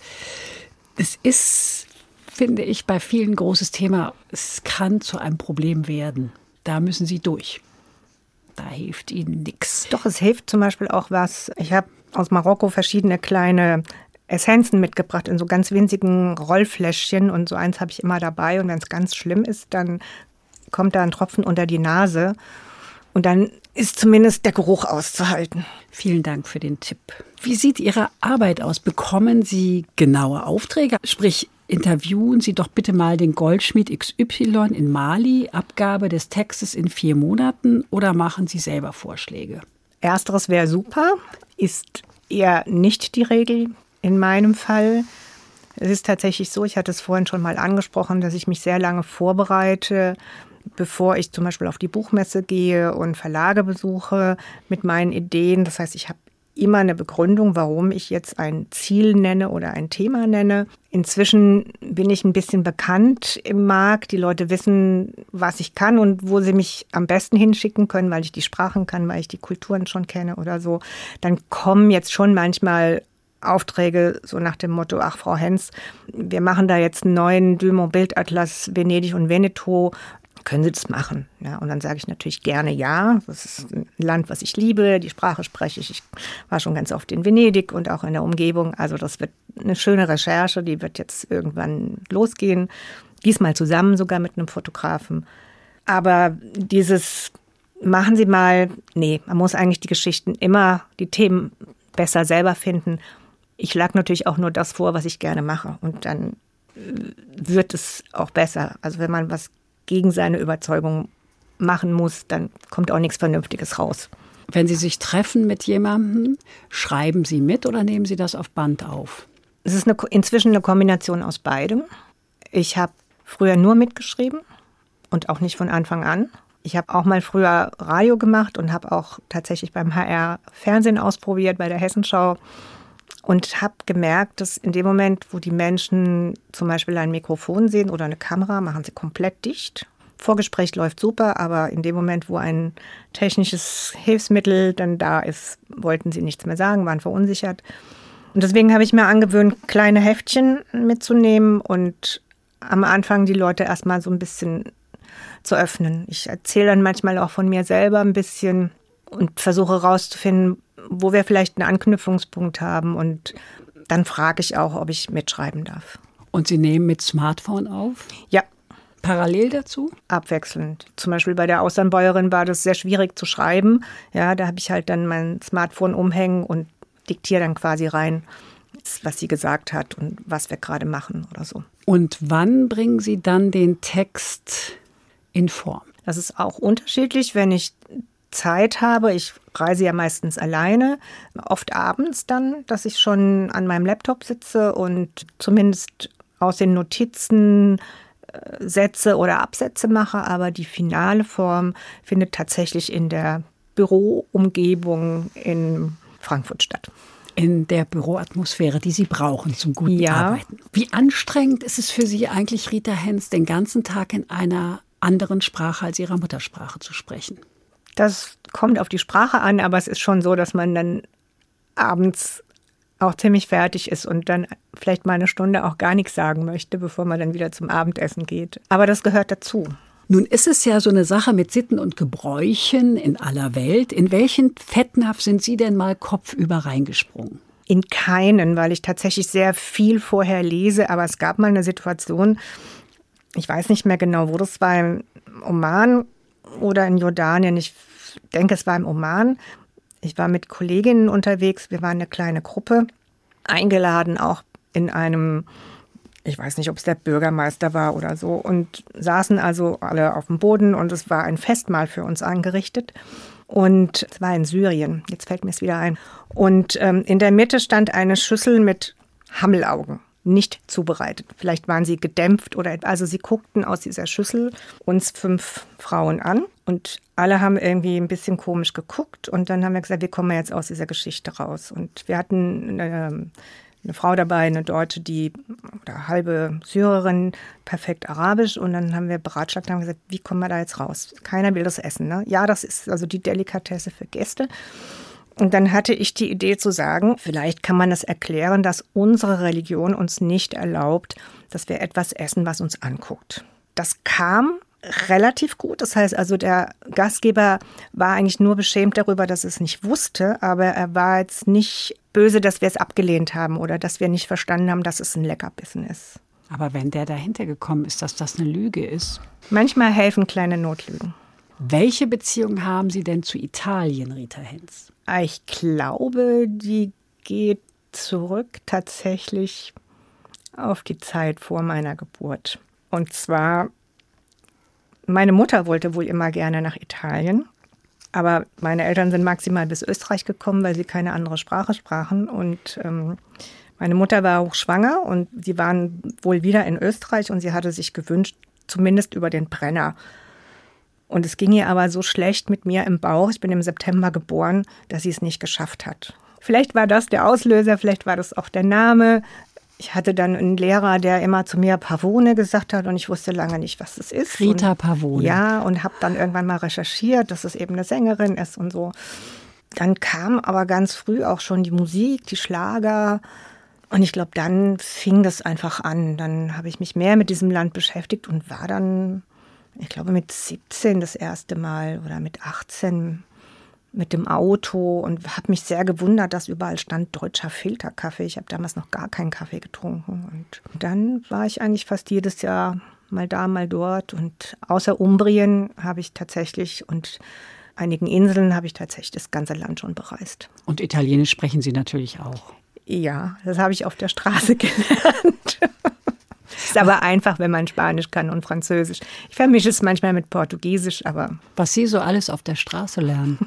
Es ist, finde ich, bei vielen großes Thema. Es kann zu einem Problem werden. Da müssen Sie durch. Da hilft Ihnen nichts. Doch, es hilft zum Beispiel auch was. Ich habe aus Marokko verschiedene kleine Essenzen mitgebracht in so ganz winzigen Rollfläschchen und so eins habe ich immer dabei und wenn es ganz schlimm ist, dann kommt da ein Tropfen unter die Nase und dann ist zumindest der Geruch auszuhalten. Vielen Dank für den Tipp. Wie sieht Ihre Arbeit aus? Bekommen Sie genaue Aufträge? Sprich, interviewen Sie doch bitte mal den Goldschmied XY in Mali, Abgabe des Textes in 4 Monaten oder machen Sie selber Vorschläge? Ersteres wäre super, ist eher nicht die Regel in meinem Fall. Es ist tatsächlich so, ich hatte es vorhin schon mal angesprochen, dass ich mich sehr lange vorbereite, bevor ich zum Beispiel auf die Buchmesse gehe und Verlage besuche mit meinen Ideen. Das heißt, ich habe immer eine Begründung, warum ich jetzt ein Ziel nenne oder ein Thema nenne. Inzwischen bin ich ein bisschen bekannt im Markt. Die Leute wissen, was ich kann und wo sie mich am besten hinschicken können, weil ich die Sprachen kann, weil ich die Kulturen schon kenne oder so. Dann kommen jetzt schon manchmal Aufträge so nach dem Motto, ach Frau Henz, wir machen da jetzt einen neuen Dumont-Bildatlas Venedig und Veneto. Können Sie das machen? Ja, und dann sage ich natürlich gerne ja. Das ist ein Land, was ich liebe, die Sprache spreche ich. Ich war schon ganz oft in Venedig und auch in der Umgebung. Also das wird eine schöne Recherche, die wird jetzt irgendwann losgehen. Diesmal zusammen sogar mit einem Fotografen. Aber dieses machen Sie mal, nee, man muss eigentlich die Geschichten immer, die Themen besser selber finden. Ich schlage natürlich auch nur das vor, was ich gerne mache. Und dann wird es auch besser. Also wenn man was gegen seine Überzeugung machen muss, dann kommt auch nichts Vernünftiges raus. Wenn Sie sich treffen mit jemandem, schreiben Sie mit oder nehmen Sie das auf Band auf? Es ist inzwischen eine Kombination aus beidem. Ich habe früher nur mitgeschrieben und auch nicht von Anfang an. Ich habe auch mal früher Radio gemacht und habe auch tatsächlich beim HR Fernsehen ausprobiert, bei der Hessenschau. Und habe gemerkt, dass in dem Moment, wo die Menschen zum Beispiel ein Mikrofon sehen oder eine Kamera, machen sie komplett dicht. Vorgespräch läuft super, aber in dem Moment, wo ein technisches Hilfsmittel dann da ist, wollten sie nichts mehr sagen, waren verunsichert. Und deswegen habe ich mir angewöhnt, kleine Heftchen mitzunehmen und am Anfang die Leute erstmal so ein bisschen zu öffnen. Ich erzähle dann manchmal auch von mir selber ein bisschen und versuche herauszufinden, wo wir vielleicht einen Anknüpfungspunkt haben. Und dann frage ich auch, ob ich mitschreiben darf. Und Sie nehmen mit Smartphone auf? Ja. Parallel dazu? Abwechselnd. Zum Beispiel bei der Austernbäuerin war das sehr schwierig zu schreiben. Ja, da habe ich halt dann mein Smartphone umhängen und diktiere dann quasi rein, was sie gesagt hat und was wir gerade machen oder so. Und wann bringen Sie dann den Text in Form? Das ist auch unterschiedlich, wenn ich Zeit habe. Ich reise ja meistens alleine, oft abends dann, dass ich schon an meinem Laptop sitze und zumindest aus den Notizen Sätze oder Absätze mache, aber die finale Form findet tatsächlich in der Büroumgebung in Frankfurt statt. In der Büroatmosphäre, die Sie brauchen zum guten Arbeiten. Wie anstrengend ist es für Sie eigentlich, Rita Henz, den ganzen Tag in einer anderen Sprache als Ihrer Muttersprache zu sprechen? Das kommt auf die Sprache an, aber es ist schon so, dass man dann abends auch ziemlich fertig ist und dann vielleicht mal eine Stunde auch gar nichts sagen möchte, bevor man dann wieder zum Abendessen geht. Aber das gehört dazu. Nun ist es ja so eine Sache mit Sitten und Gebräuchen in aller Welt. In welchen Fettnapf sind Sie denn mal kopfüber reingesprungen? In keinen, weil ich tatsächlich sehr viel vorher lese. Aber es gab mal eine Situation, ich weiß nicht mehr genau, wo das war, im Oman oder in Jordanien. Ich denke, es war im Oman. Ich war mit Kolleginnen unterwegs. Wir waren eine kleine Gruppe, eingeladen auch in einem, ich weiß nicht, ob es der Bürgermeister war oder so, und saßen also alle auf dem Boden und es war ein Festmahl für uns angerichtet. Und es war in Syrien, jetzt fällt mir es wieder ein. Und in der Mitte stand eine Schüssel mit Hammelaugen, nicht zubereitet. Vielleicht waren sie gedämpft oder, also sie guckten aus dieser Schüssel uns 5 Frauen an und alle haben irgendwie ein bisschen komisch geguckt und dann haben wir gesagt, wie kommen wir jetzt aus dieser Geschichte raus? Und wir hatten eine Frau dabei, eine Deutsche, oder halbe Syrerin, perfekt Arabisch. Und dann haben wir beratschlagt und haben gesagt, wie kommen wir da jetzt raus? Keiner will das essen, ne? Ja, das ist also die Delikatesse für Gäste. Und dann hatte ich die Idee zu sagen, vielleicht kann man das erklären, dass unsere Religion uns nicht erlaubt, dass wir etwas essen, was uns anguckt. Das kam relativ gut. Das heißt also, der Gastgeber war eigentlich nur beschämt darüber, dass er es nicht wusste, aber er war jetzt nicht böse, dass wir es abgelehnt haben oder dass wir nicht verstanden haben, dass es ein Leckerbissen ist. Aber wenn der dahinter gekommen ist, dass das eine Lüge ist. Manchmal helfen kleine Notlügen. Welche Beziehung haben Sie denn zu Italien, Rita Henz? Ich glaube, die geht zurück tatsächlich auf die Zeit vor meiner Geburt. Und zwar, meine Mutter wollte wohl immer gerne nach Italien. Aber meine Eltern sind maximal bis Österreich gekommen, weil sie keine andere Sprache sprachen. Und meine Mutter war hochschwanger und sie waren wohl wieder in Österreich und sie hatte sich gewünscht, zumindest über den Brenner. Und es ging ihr aber so schlecht mit mir im Bauch, ich bin im September geboren, dass sie es nicht geschafft hat. Vielleicht war das der Auslöser, vielleicht war das auch der Name. Ich hatte dann einen Lehrer, der immer zu mir Pavone gesagt hat und ich wusste lange nicht, was das ist. Rita Pavone. Ja, und habe dann irgendwann mal recherchiert, dass es eben eine Sängerin ist und so. Dann kam aber ganz früh auch schon die Musik, die Schlager. Und ich glaube, dann fing das einfach an. Dann habe ich mich mehr mit diesem Land beschäftigt und war dann, ich glaube, mit 17 das erste Mal oder mit 18 mit dem Auto und habe mich sehr gewundert, dass überall stand deutscher Filterkaffee. Ich habe damals noch gar keinen Kaffee getrunken. Und dann war ich eigentlich fast jedes Jahr mal da, mal dort. Und außer Umbrien habe ich tatsächlich und einigen Inseln habe ich tatsächlich das ganze Land schon bereist. Und Italienisch sprechen Sie natürlich auch. Ja, das habe ich auf der Straße gelernt. Ist aber einfach, wenn man Spanisch kann und Französisch. Ich vermische es manchmal mit Portugiesisch, aber... Was Sie so alles auf der Straße lernen.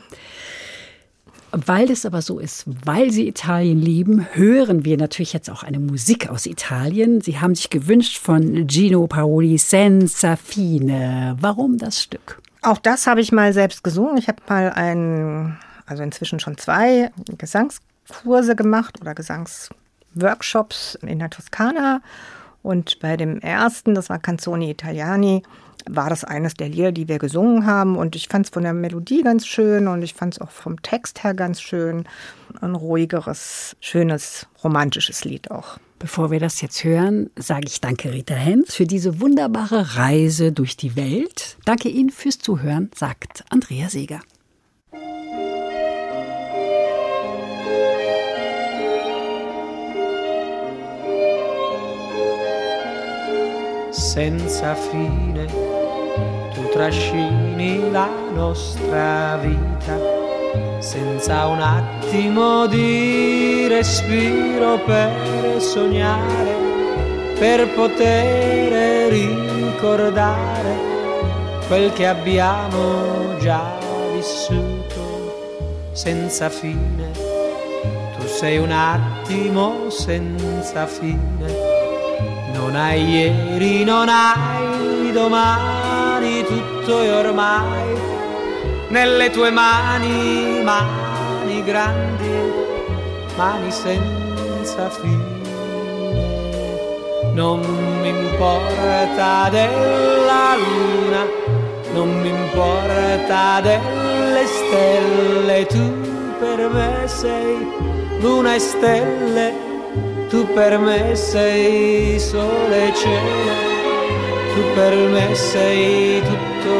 Weil es aber so ist, weil Sie Italien lieben, hören wir natürlich jetzt auch eine Musik aus Italien. Sie haben sich gewünscht von Gino Paoli, Senza Fine. Warum das Stück? Auch das habe ich mal selbst gesungen. Ich habe mal also inzwischen schon 2 Gesangskurse gemacht oder Gesangsworkshops in der Toskana. Und bei dem ersten, das war Canzoni Italiani, war das eines der Lieder, die wir gesungen haben. Und ich fand es von der Melodie ganz schön und ich fand es auch vom Text her ganz schön. Ein ruhigeres, schönes, romantisches Lied auch. Bevor wir das jetzt hören, sage ich danke Rita Henz für diese wunderbare Reise durch die Welt. Danke Ihnen fürs Zuhören, sagt Andrea Seeger. Senza fine tu trascini la nostra vita, senza un attimo di respiro per sognare, per poter ricordare quel che abbiamo già vissuto. Senza fine, tu sei un attimo senza fine. Non hai ieri, non hai domani, tutto è ormai nelle tue mani, mani grandi, mani senza fine. Non mi importa della luna, non mi importa delle stelle, tu per me sei luna e stelle. Tu per me sei sole e cielo, tu per me sei tutto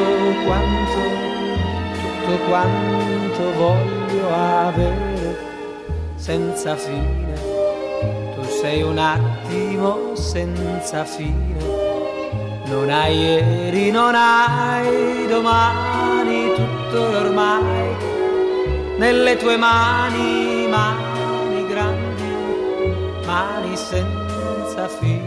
quanto voglio avere, senza fine. Tu sei un attimo senza fine, non hai ieri, non hai domani, tutto è ormai nelle tue mani, mani grandi, mani senza fine.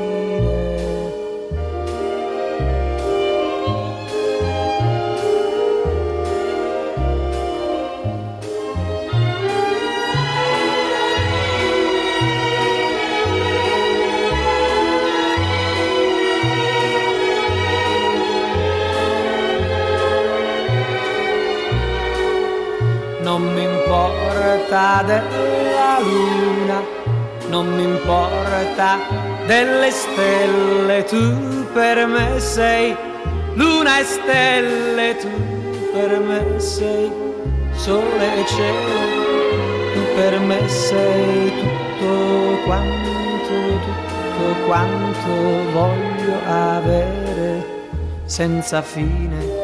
Non mi importa della luna, non mi importa delle stelle, tu per me sei luna e stelle, tu per me sei sole e cielo, tu per me sei tutto quanto voglio avere, senza fine.